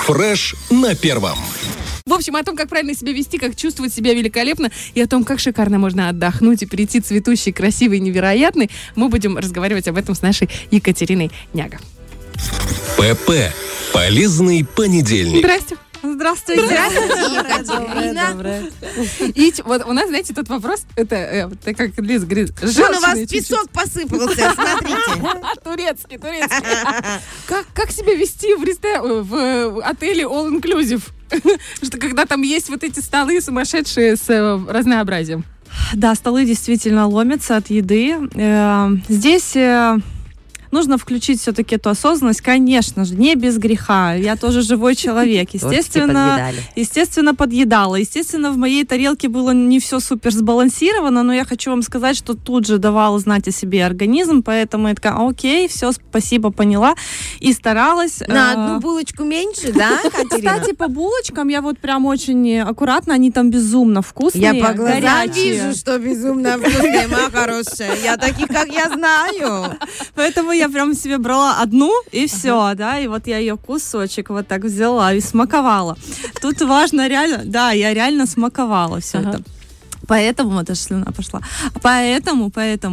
Фреш на первом. В общем, о том, как правильно себя вести, как чувствовать себя великолепно, и о том, как шикарно можно отдохнуть и прийти цветущий, красивый, невероятный, мы будем разговаривать об этом с нашей Екатериной Няга. ПП. Полезный понедельник. Здрасте. Здравствуйте. Здравствуйте, Екатерина. И вот у нас, знаете, тот вопрос, это как Лиза говорит, Вон у вас песок посыпался, смотрите. Турецкий. Как себя вести в отеле All Inclusive? Что когда там есть вот эти столы сумасшедшие с разнообразием. Да, столы действительно ломятся от еды. Здесь нужно включить все-таки эту осознанность, конечно же, не без греха. Я тоже живой человек. Естественно, подъедала. Естественно, в моей тарелке было не все супер сбалансировано, но я хочу вам сказать, что тут же давала знать о себе организм, поэтому я такая, окей, все, спасибо, поняла. И старалась. На одну булочку меньше, да, Катерина? Кстати, по булочкам я вот прям очень аккуратно, они там безумно вкусные. Я по глазам горячие. вижу, что безумно вкусные, моя хорошая. Я таких, как я знаю. Поэтому я прям себе брала одну, и все, да, и вот я ее кусочек вот так взяла и смаковала. Тут важно реально, да, я реально смаковала все это. Поэтому, это же слюна пошла, поэтому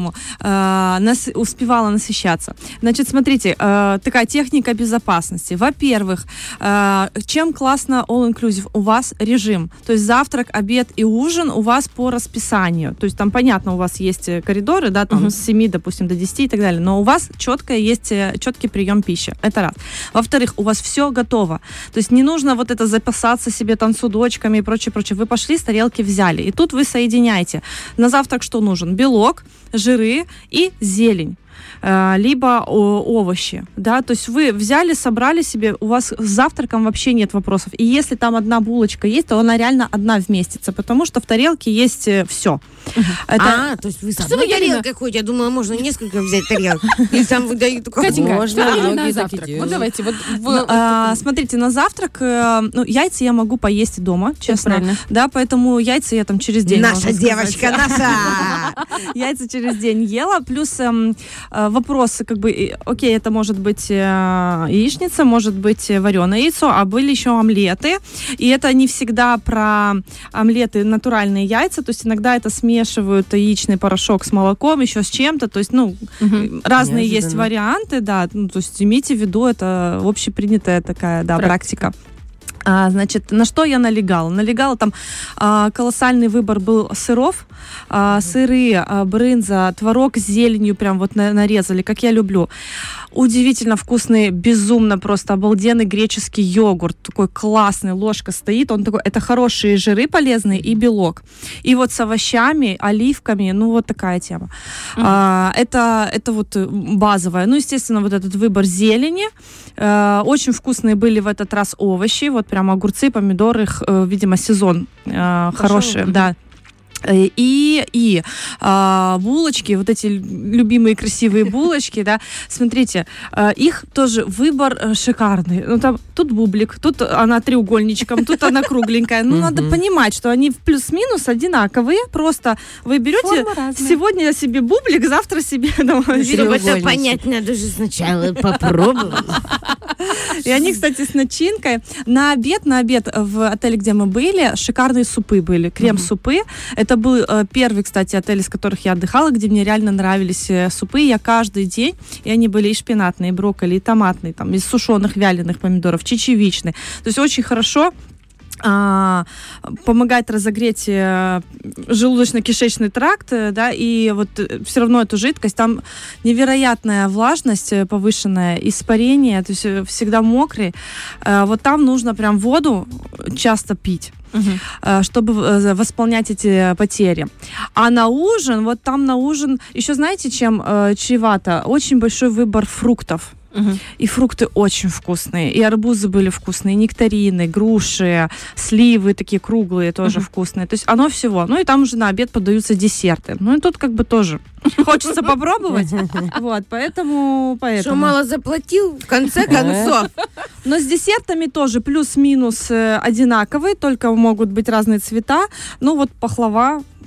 успевала насыщаться. Значит, смотрите, такая техника безопасности. Во-первых, чем классно All Inclusive? У вас режим, то есть завтрак, обед и ужин у вас по расписанию. То есть там, понятно, у вас есть коридоры, да, там с 7, допустим, до 10 и так далее, но у вас четкий прием пищи. Это раз. Во-вторых, у вас все готово. То есть не нужно вот это запасаться себе там судочками и прочее. Вы пошли, с тарелки взяли. И тут вы соединяйте. На завтрак что нужен? Белок, жиры и зелень. Либо овощи, да, то есть вы взяли, собрали себе, у вас с завтраком вообще нет вопросов, и если там одна булочка есть, то она реально одна вместится, потому что в тарелке есть все. То есть вы с одной тарелкой ходите, я думала, можно несколько взять тарелок, и там выдают только можно на завтрак. Вот давайте, смотрите, на завтрак, яйца я могу поесть дома, честно, да, поэтому яйца я там через день, наша девочка, наша! Яйца через день ела, плюс вопросы, как бы, окей, это может быть яичница, может быть вареное яйцо, а были еще омлеты, и это не всегда про омлеты натуральные яйца, то есть иногда это смешивают яичный порошок с молоком, еще с чем-то, то есть, разные есть варианты, да, то есть имейте в виду, это общепринятая такая, да, практика. Значит, на что я налегала? Налегала там колоссальный выбор был сыров, сыры, брынза, творог с зеленью прям вот нарезали, как я люблю. Удивительно вкусный, безумно просто обалденный греческий йогурт, такой классный, ложка стоит, он такой, это хорошие жиры полезные и белок. И вот с овощами, оливками, вот такая тема. Это вот базовая. Естественно, вот этот выбор зелени. Очень вкусные были в этот раз овощи, вот прям огурцы, помидоры, видимо, сезон хорошие, да. И булочки, вот эти любимые красивые булочки, да, смотрите, их тоже выбор шикарный. Тут бублик, тут она треугольничком, тут она кругленькая. Надо понимать, что они плюс-минус одинаковые, просто вы берете сегодня себе бублик, завтра себе Чтобы это понять, надо же сначала попробовать. И они, кстати, с начинкой. На обед в отеле, где мы были, шикарные супы были, крем-супы. Это был первый, кстати, отель, из которых я отдыхала, где мне реально нравились супы. Я каждый день, и они были и шпинатные, и брокколи, и томатные, там, из сушеных вяленых помидоров, чечевичные. То есть очень хорошо помогает разогреть желудочно-кишечный тракт, да, и вот все равно эту жидкость, там невероятная влажность повышенная, испарение, то есть всегда мокрый. Вот там нужно прям воду часто пить. Чтобы восполнять эти потери. А на ужин, вот там на ужин, еще знаете, чем чревато? Очень большой выбор фруктов. И фрукты очень вкусные. И арбузы были вкусные, и нектарины, груши, сливы такие круглые тоже вкусные. То есть оно всего. И там уже на обед подаются десерты. И тут как бы тоже хочется попробовать. Вот, поэтому. Что, мало заплатил, в конце концов. Но с десертами тоже плюс-минус одинаковые, только могут быть разные цвета. Вот пахлава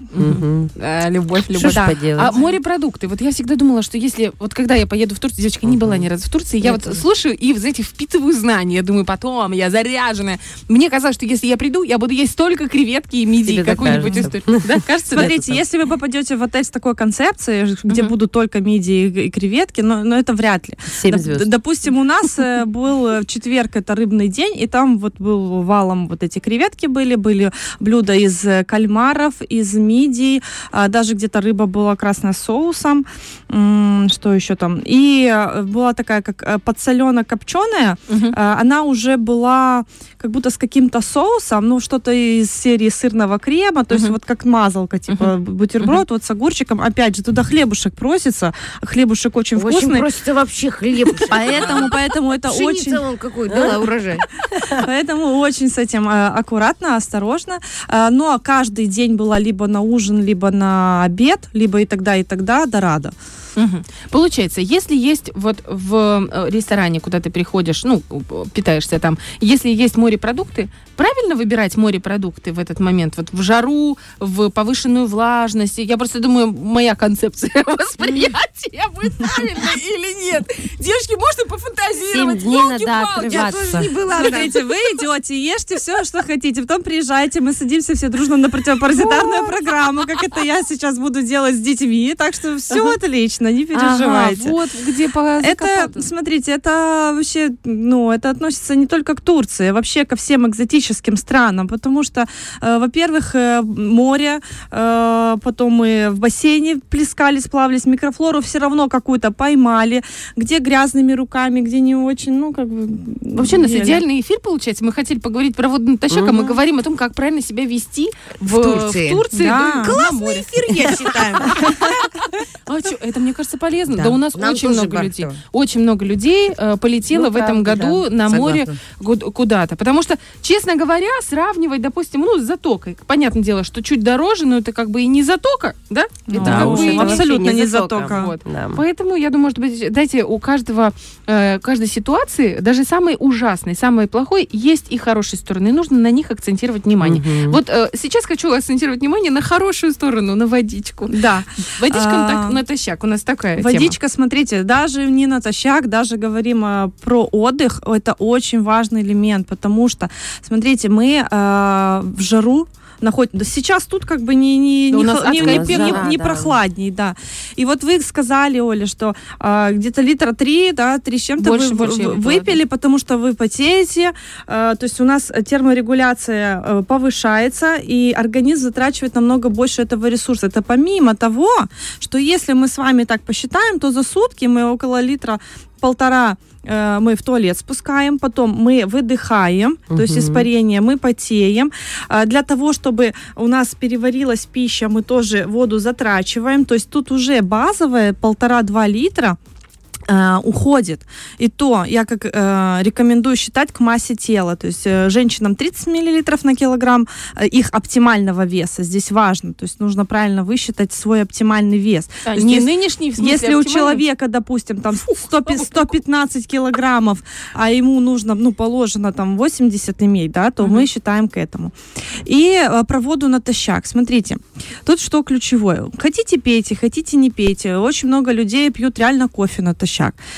Любовь. Что ж поделать? А морепродукты? Вот я всегда думала, что если... Вот когда я поеду в Турцию, девочка, не была ни разу в Турции, я вот слушаю и, знаете, впитываю знания. Я думаю, потом я заряженная. Мне казалось, что если я приду, я буду есть только креветки и мидии, какую-нибудь историю. Да, кажется? Смотрите, если вы попадете в отель с такой концепцией, где будут только мидии и креветки, но это вряд ли. 7 звезд. Допустим, у нас был в четверг, это рыбный день, и там вот был валом вот эти креветки были блюда из кальмаров, из мидий, даже где-то рыба была красная с соусом, что еще там. И была такая, как подсолено-копченая, она уже была как будто с каким-то соусом, ну, что-то из серии сырного крема, то есть вот как мазалка, типа бутерброд вот с огурчиком. Опять же, туда хлебушек просится, хлебушек очень вкусный. Очень просится вообще хлебушек. Поэтому это очень... Пшеница вон какой дала урожай. Поэтому очень с этим аккуратно, осторожно. Но каждый день была либо на ужин, либо на обед, либо и тогда дорадо. Получается, если есть вот в ресторане, куда ты приходишь, ну, питаешься там, если есть морепродукты, правильно выбирать морепродукты в этот момент? Вот в жару, в повышенную влажность? Я просто думаю, моя концепция восприятия будет правильной или нет? Девушки, можно пофантазировать? 7 дней надо отрываться. Смотрите, вы идете, ешьте все, что хотите, потом приезжаете, мы садимся все дружно на противопаразитарную программу, как это я сейчас буду делать с детьми, так что все отлично, не переживайте. Вот где это, смотрите, это вообще, ну, это относится не только к Турции, а вообще ко всем экзотическим странам, потому что, во-первых, море, потом мы в бассейне плескались, плавались, микрофлору все равно какую-то поймали, где грязными руками, где не очень, ну, как бы... Вообще, у нас идеальный эфир получается. Мы хотели поговорить про водный натощак, а мы говорим о том, как правильно себя вести в Турции. Да. Классный эфир, я считаю. Это, мне кажется, полезно. Да. Да, у нас Нам очень тоже много людей. как-то. Очень много людей полетело в этом году на море куда-то. Потому что, честно говоря, сравнивать, допустим, ну, с затокой. Понятное дело, что чуть дороже, но это как бы и не затока, да? Это Да, как уж бы это абсолютно вообще не не затока. затока. Вот. Да. Поэтому, я думаю, может быть, дайте у каждой ситуации, даже самой ужасной, самой плохой, есть и хорошие стороны. И нужно на них акцентировать внимание. Вот сейчас хочу акцентировать внимание на хорошую сторону, на водичку. Да. Водичка натощак. У нас такая тема. Водичка, смотрите, даже не натощак, даже говорим про отдых, это очень важный элемент, потому что, смотрите, мы в жару находимся. Сейчас тут как бы не прохладней, да. И вот вы сказали, Оля, что где-то литра 3, да, 3 с чем-то больше вы выпили, потому что вы потеете, то есть у нас терморегуляция повышается, и организм затрачивает намного больше этого ресурса. Это помимо того, что если мы с вами так посчитаем, то за сутки мы около литра 1,5 мы в туалет спускаем, потом мы выдыхаем, то есть испарение, мы потеем. Для того, чтобы у нас переварилась пища, мы тоже воду затрачиваем, то есть тут уже базовая 1,5-2 литра уходит. И то я как рекомендую считать к массе тела. То есть женщинам 30 мл на килограмм их оптимального веса. Здесь важно. То есть нужно правильно высчитать свой оптимальный вес. А, есть, не нынешний, в смысле, если у человека, допустим, там 115 килограммов, а ему нужно, ну, положено там 80 иметь, да, то мы считаем к этому. И про воду натощак. Смотрите, тут что ключевое. Хотите пейте, хотите не пейте. Очень много людей пьют реально кофе натощак.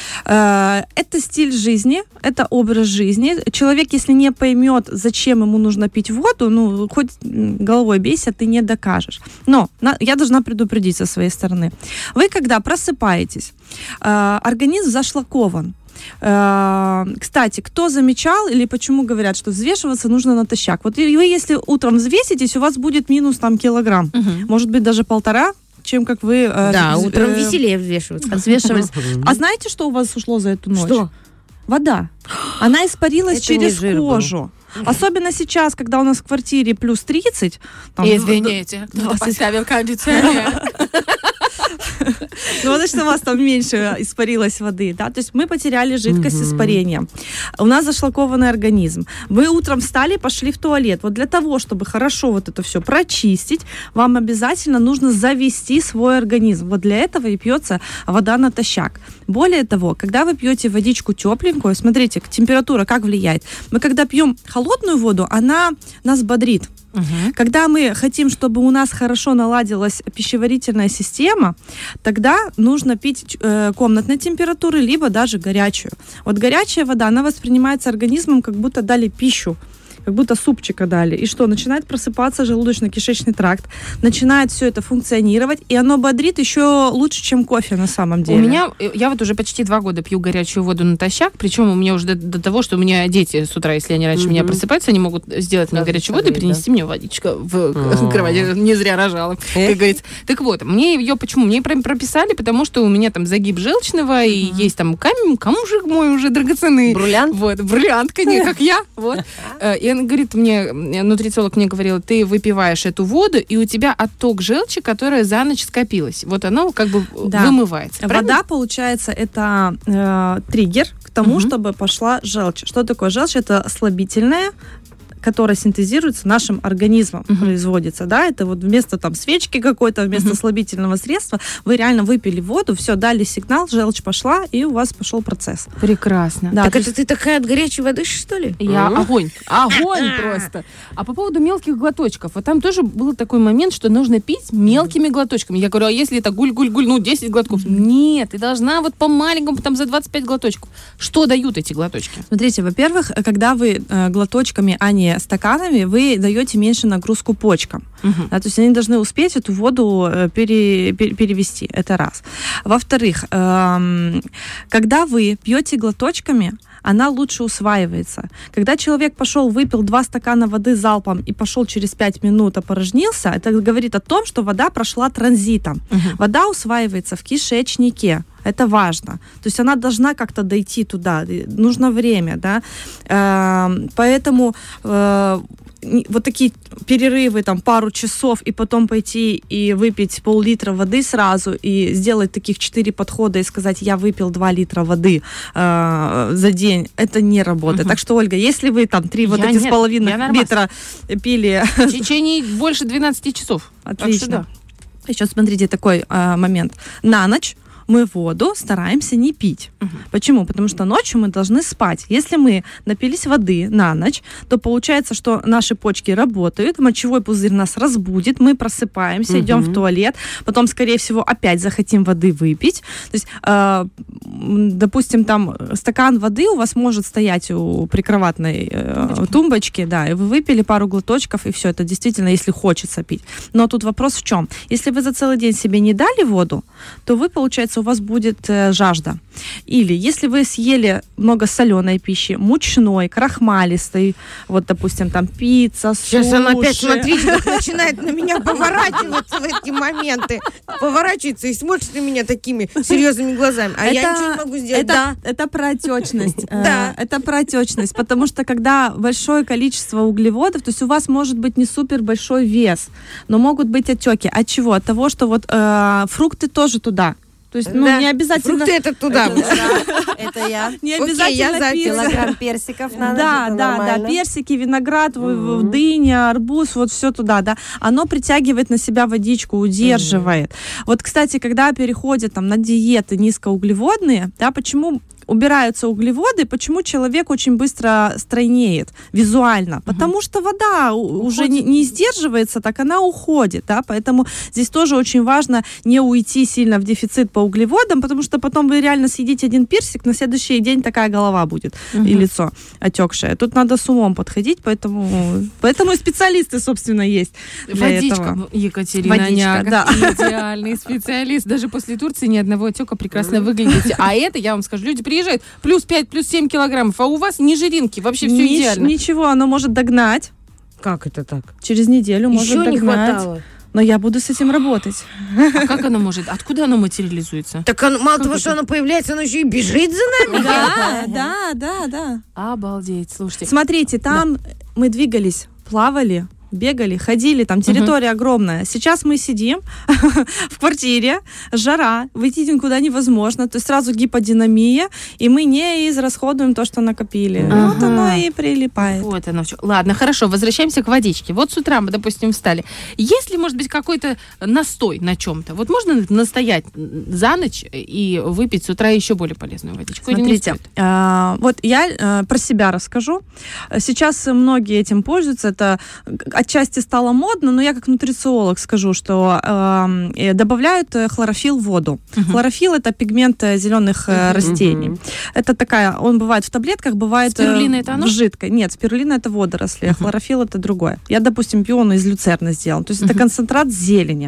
Это стиль жизни, это образ жизни. Человек, если не поймет, зачем ему нужно пить воду, ну, хоть головой бейся, ты не докажешь. Но я должна предупредить со своей стороны. Вы, когда просыпаетесь, организм зашлакован. Кстати, кто замечал или почему говорят, что взвешиваться нужно натощак? Вот вы, если утром взвеситесь, у вас будет минус там килограмм, может быть, даже 1,5, чем как вы... Да, утром веселее взвешивались. А знаете, что у вас ушло за эту ночь? Что? Вода. Она испарилась Это через не жир был. кожу. Особенно сейчас, когда у нас в квартире плюс 30. Там, извините, кто поставил кондиционер. Ну, потому что у вас там меньше испарилось воды, да, то есть мы потеряли жидкость испарения. У нас зашлакованный организм. Вы утром встали, пошли в туалет. Вот для того, чтобы хорошо вот это все прочистить, вам обязательно нужно завести свой организм. Вот для этого и пьется вода натощак. Более того, когда вы пьете водичку тепленькую, смотрите, температура как влияет. Мы когда пьем холодную воду, она нас бодрит. Когда мы хотим, чтобы у нас хорошо наладилась пищеварительная система, тогда нужно пить комнатной температуры, либо даже горячую. Вот горячая вода, она воспринимается организмом, как будто дали пищу, как будто супчика дали. И что? Начинает просыпаться желудочно-кишечный тракт, начинает все это функционировать, и оно бодрит еще лучше, чем кофе на самом деле. Я вот уже почти 2 года пью горячую воду натощак, причем у меня уже до того, что у меня дети с утра, если они раньше меня просыпаются, они могут сделать мне горячую воду и принести мне водичку в кровать. Я не зря рожала, как говорится. Так вот, мне ее почему? Мне прописали, потому что у меня там загиб желчного, и есть там камушек мой уже драгоценный. Бриллиант? Вот, бриллиант, как я. Вот. И он говорит мне, нутрициолог мне говорила, ты выпиваешь эту воду, и у тебя отток желчи, которая за ночь скопилась. Вот оно как бы вымывается. Вода, получается, это триггер к тому, чтобы пошла желчь. Что такое желчь? Это слабительная, которая синтезируется нашим организмом, производится, да, это вот вместо там свечки какой-то, вместо слабительного средства, вы реально выпили воду, все, дали сигнал, желчь пошла, и у вас пошел процесс. Прекрасно. Да, так это ты такая от горячей воды, что ли? Я огонь просто. А по поводу мелких глоточков, вот там тоже был такой момент, что нужно пить мелкими глоточками. Я говорю, а если это гуль-гуль-гуль, 10 глотков? Нет, ты должна вот по маленькому, там за 25 глоточков. Что дают эти глоточки? Смотрите, во-первых, когда вы глоточками, а не стаканами, вы даете меньше нагрузку почкам. Да, то есть они должны успеть эту воду перевести. Это раз. Во-вторых, когда вы пьете глоточками, она лучше усваивается. Когда человек пошел, выпил 2 стакана воды залпом и пошел через 5 минут, опорожнился, это говорит о том, что вода прошла транзитом. Вода усваивается в кишечнике. Это важно. То есть она должна как-то дойти туда. Нужно время, да. Поэтому вот такие перерывы, там, пару часов, и потом пойти и выпить пол-литра воды сразу, и сделать таких 4 подхода и сказать, я выпил 2 литра воды за день, это не работает. Так что, Ольга, если вы там 3 вот эти с половиной литра пили... В течение больше 12 часов. Отлично. Еще смотрите такой момент. На ночь мы воду стараемся не пить. Почему? Потому что ночью мы должны спать. Если мы напились воды на ночь, то получается, что наши почки работают, мочевой пузырь нас разбудит, мы просыпаемся, идем в туалет, потом, скорее всего, опять захотим воды выпить. То есть, допустим, там стакан воды у вас может стоять у прикроватной тумбочки, да, и вы выпили пару глоточков, и все, это действительно, если хочется пить. Но тут вопрос в чем? Если вы за целый день себе не дали воду, то вы, получается, у вас будет жажда. Или если вы съели много соленой пищи, мучной, крахмалистой, вот, допустим, там пицца, суши. Сейчас она опять, смотрите, как начинает на меня поворачиваться в эти моменты. Поворачивается и смотрит на меня такими серьезными глазами. А я ничего не могу сделать. Это про отечность. Это про отечность. Потому что когда большое количество углеводов, то есть у вас может быть не супер большой вес, но могут быть отеки. От чего? От того, что вот фрукты тоже туда. То есть, не обязательно... Фрукты это туда. Это я. Не обязательно килограмм персиков надо. Да, персики, виноград, дыня, арбуз, вот все туда, да. Оно притягивает на себя водичку, удерживает. Вот, кстати, когда переходят там на диеты низкоуглеводные, да, почему убираются углеводы, почему человек очень быстро стройнеет визуально? Потому что вода уже не сдерживается, так она уходит, да, поэтому здесь тоже очень важно не уйти сильно в дефицит по углеводам, потому что потом вы реально съедите один персик, на следующий день такая голова будет и лицо отекшее. Тут надо с умом подходить, поэтому и специалисты, собственно, есть для Водичка, этого. Екатерина, идеальный специалист. Даже после Турции ни одного отека прекрасно выглядите. А это, я вам скажу, люди приезжают, плюс 5, плюс 7 килограммов, а у вас ни жиринки, вообще все идеально. Ничего, оно может догнать. Как это так? Через неделю может Еще догнать. не хватало. Но я буду с этим работать. А как оно может? Откуда оно материализуется? Так мало того, что оно появляется, оно еще и бежит за нами. Да. Обалдеть, слушайте. Смотрите, там мы двигались, плавали, бегали, ходили, там территория огромная. Сейчас мы сидим в квартире, жара, выйти никуда невозможно, то есть сразу гиподинамия, и мы не израсходуем то, что накопили. Вот оно и прилипает. Вот оно все. Ладно, хорошо, возвращаемся к водичке. Вот с утра мы, допустим, встали. Есть ли, может быть, какой-то настой на чем-то? Вот можно настоять за ночь и выпить с утра еще более полезную водичку? Смотрите, вот я про себя расскажу. Сейчас многие этим пользуются. Это отчасти стало модно, но я как нутрициолог скажу, что добавляют хлорофилл в воду. Хлорофилл — это пигмент зеленых растений. Это такая, он бывает в таблетках, бывает спирулина это оно? в жидкой. Нет, спирулина — это водоросли, а хлорофилл — это другое. Я, допустим, пью, он из люцерны сделан. То есть это концентрат зелени.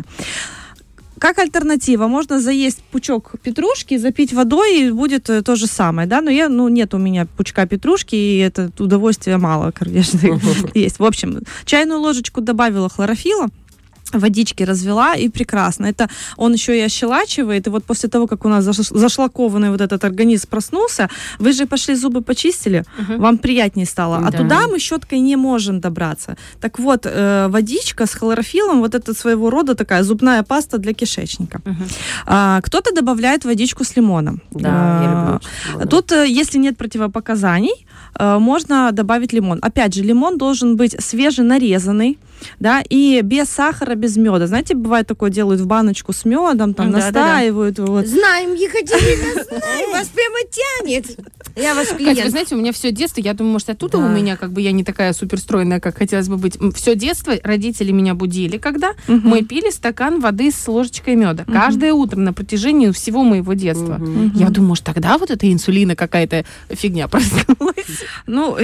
Как альтернатива, можно заесть пучок петрушки, запить водой, и будет то же самое, да, но нет у меня пучка петрушки, и это удовольствия мало, конечно, есть. В общем, чайную ложечку добавила хлорофилла, водички развела, и прекрасно. Это он еще и ощелачивает, и вот после того, как у нас зашлакованный вот этот организм проснулся, вы же пошли зубы почистили, вам приятнее стало. А туда мы щеткой не можем добраться. Так вот, водичка с хлорофиллом, вот это своего рода такая зубная паста для кишечника. Кто-то добавляет водичку с лимоном. Да, я люблю лимон. Тут, если нет противопоказаний, можно добавить лимон. Опять же, лимон должен быть свеженарезанный, да, и без сахара, без меда. Знаете, бывает такое, делают в баночку с медом, там настаивают. Вот. Знаем, Екатерина, знаем, вас прямо тянет. Я ваш клиент. Катя, вы знаете, у меня все детство, я думаю, может, оттуда у меня, как бы, я не такая суперстройная, как хотелось бы быть. Все детство родители меня будили, когда мы пили стакан воды с ложечкой меда. Каждое утро на протяжении всего моего детства. Я думаю, может, тогда вот эта инсулина какая-то фигня проснулась. Ну,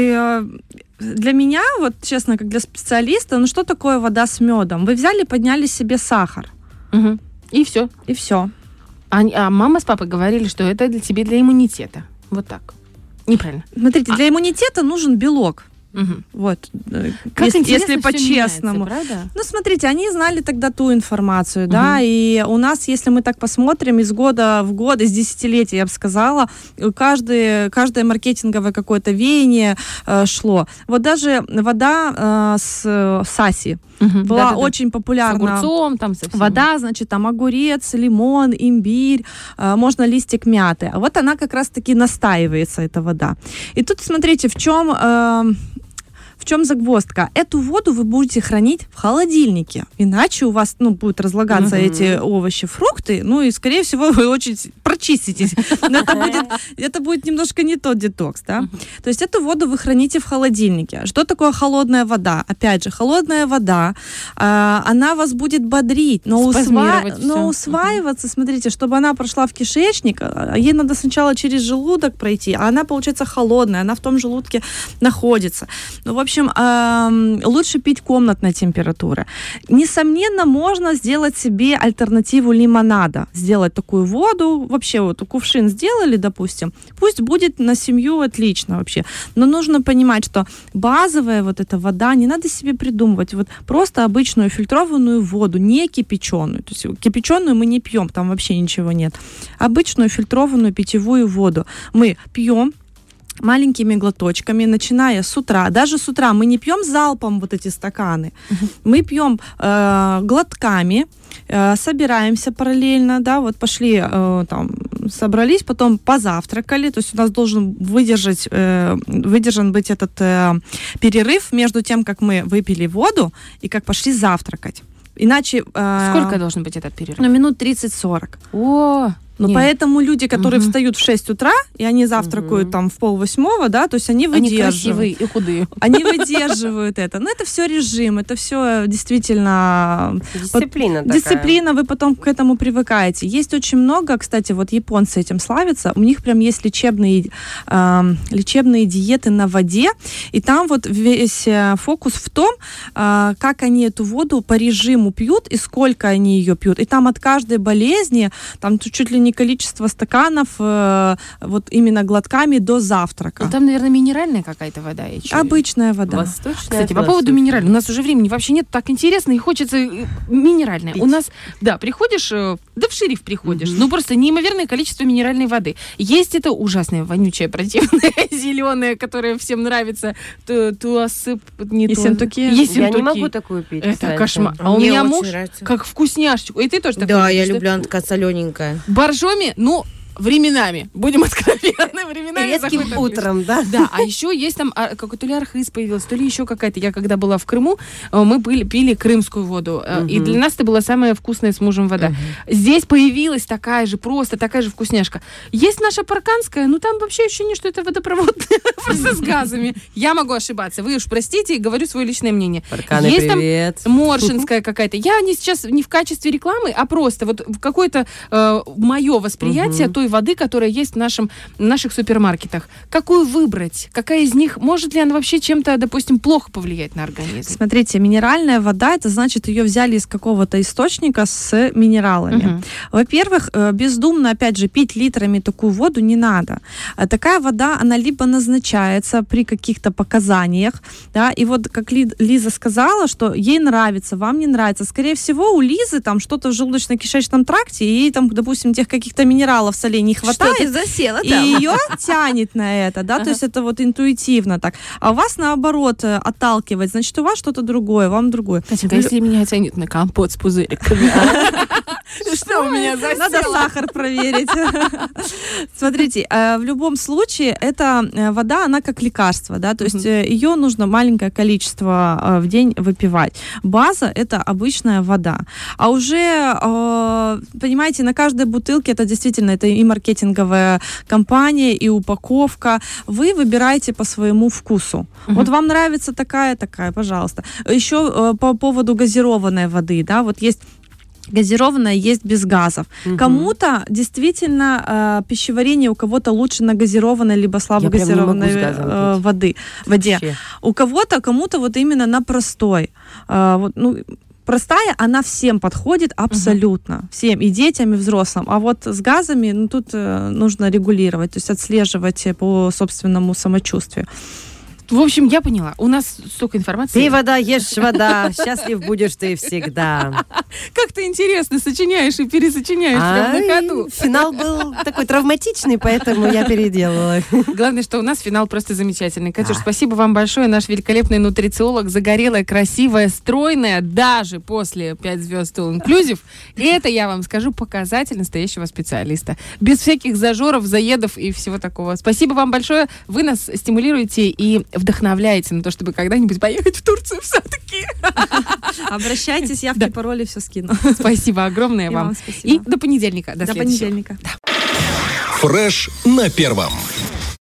для меня, вот честно, как для специалиста, ну что такое вода с медом? Вы взяли, подняли себе сахар. И все. И все. А мама с папой говорили, что это тебе для иммунитета. Вот так. Неправильно. Смотрите, для иммунитета нужен белок. Вот. Как если по-честному. Ну, смотрите, они знали тогда ту информацию, да, и у нас, если мы так посмотрим, из года в год, из десятилетия, я бы сказала, каждое маркетинговое какое-то веяние шло. Вот даже вода с саси была очень популярна. С огурцом, там, со всем. Вода, значит, там огурец, лимон, имбирь, можно листик мяты. А вот она как раз-таки настаивается, эта вода. И тут, смотрите, в чем загвоздка? Эту воду вы будете хранить в холодильнике. Иначе у вас, будут разлагаться эти овощи, фрукты, и, скорее всего, вы очень прочиститесь. Но это будет немножко не тот детокс, да? То есть эту воду вы храните в холодильнике. Что такое холодная вода? Опять же, холодная вода, она вас будет бодрить, но усваиваться, смотрите, чтобы она прошла в кишечник, ей надо сначала через желудок пройти, а она, получается, холодная, она в том желудке находится. В общем, лучше пить комнатной температуры. Несомненно, можно сделать себе альтернативу лимонада. Сделать такую воду, вообще вот кувшин сделали, допустим, пусть будет на семью отлично вообще. Но нужно понимать, что базовая вот эта вода, не надо себе придумывать. Вот просто обычную фильтрованную воду, не кипяченую. То есть кипяченую мы не пьем, там вообще ничего нет. Обычную фильтрованную питьевую воду мы пьем маленькими глоточками, начиная с утра. Даже с утра мы не пьем залпом вот эти стаканы. Мы пьем глотками, собираемся параллельно, да, вот пошли, собрались, потом позавтракали, то есть у нас должен выдержан быть этот перерыв между тем, как мы выпили воду и как пошли завтракать. Иначе... Сколько должен быть этот перерыв? Минут 30-40. О! Поэтому люди, которые встают в 6 утра, и они завтракают там в 7:30, да, то есть они выдерживают. Они красивые и худые. Они выдерживают это. Но это все режим, это все действительно... Дисциплина такая. Дисциплина, вы потом к этому привыкаете. Есть очень много, кстати, вот японцы этим славятся, у них прям есть лечебные диеты на воде, и там вот весь фокус в том, как они эту воду по режиму пьют и сколько они ее пьют. И там от каждой болезни, там чуть ли не количество стаканов вот именно глотками до завтрака. Там, наверное, минеральная какая-то вода. Обычная вода. Восточная. Кстати, по поводу минеральной. У нас уже времени вообще нет, так интересно, и хочется минеральное. У нас, приходишь, в шериф приходишь, просто неимоверное количество минеральной воды. Есть это ужасная, вонючая, противная, зеленая, которая всем нравится. Ессентуки. Я не могу такую пить. Это кошмар. А у меня муж как вкусняшечку. И ты тоже такой. Да, я люблю, она такая солененькая. Боржоми, временами, будем откровенны, временами редким утром, да? Да, а еще есть там, то ли архыз появился, то ли еще какая-то. Я когда была в Крыму, мы пили крымскую воду, и для нас это была самая вкусная с мужем вода. Здесь появилась такая же вкусняшка. Есть наша парканская, там вообще ощущение, что это водопровод просто с газами. Я могу ошибаться, вы уж простите, и говорю свое личное мнение. Парканы, есть привет. Там моршинская какая-то. Я сейчас не в качестве рекламы, а просто вот какое-то мое восприятие той воды, которая есть в наших супермаркетах. Какую выбрать? Какая из них? Может ли она вообще чем-то, допустим, плохо повлиять на организм? Смотрите, минеральная вода, это значит, ее взяли из какого-то источника с минералами. Во-первых, бездумно, опять же, пить литрами такую воду не надо. Такая вода, она либо назначается при каких-то показаниях, да, и вот как Лиза сказала, что ей нравится, вам не нравится. Скорее всего, у Лизы там что-то в желудочно-кишечном тракте, и ей там, допустим, тех каких-то минералов солей не хватает. Что-то засела и там. ее тянет на это, да, то есть это вот интуитивно так. А у вас, наоборот, отталкивает, значит, у вас что-то другое, вам другое. Катенька, если меня тянет на компот с пузыриками, что у меня засело? Надо сахар проверить. Смотрите, в любом случае, эта вода, она как лекарство, да, то есть ее нужно маленькое количество в день выпивать. База — это обычная вода. А уже, понимаете, на каждой бутылке это действительно это и маркетинговая кампания, и упаковка. Вы выбираете по своему вкусу. Вот вам нравится такая, пожалуйста. Еще по поводу газированной воды, да, вот есть газированная, есть без газов. Кому-то действительно пищеварение у кого-то лучше на газированной либо слабогазированной воде. Кому-то вот именно на простой. Простая, она всем подходит абсолютно. Всем, и детям, и взрослым. А вот с газами, тут нужно регулировать, то есть отслеживать по собственному самочувствию. В общем, я поняла. У нас столько информации. Пей вода, ешь вода, счастлив будешь ты всегда. Как ты интересно сочиняешь и пересочиняешь прямо на ходу. Финал был такой травматичный, поэтому я переделала. Главное, что у нас финал просто замечательный. Катюш, спасибо вам большое. Наш великолепный нутрициолог, загорелая, красивая, стройная, даже после 5 звезд All Inclusive. И это, я вам скажу, показатель настоящего специалиста. Без всяких зажоров, заедов и всего такого. Спасибо вам большое. Вы нас стимулируете и вдохновляете на то, чтобы когда-нибудь поехать в Турцию все-таки. Обращайтесь, явки, пароли, все скину. Спасибо огромное вам. И до понедельника. До понедельника. Фреш на первом.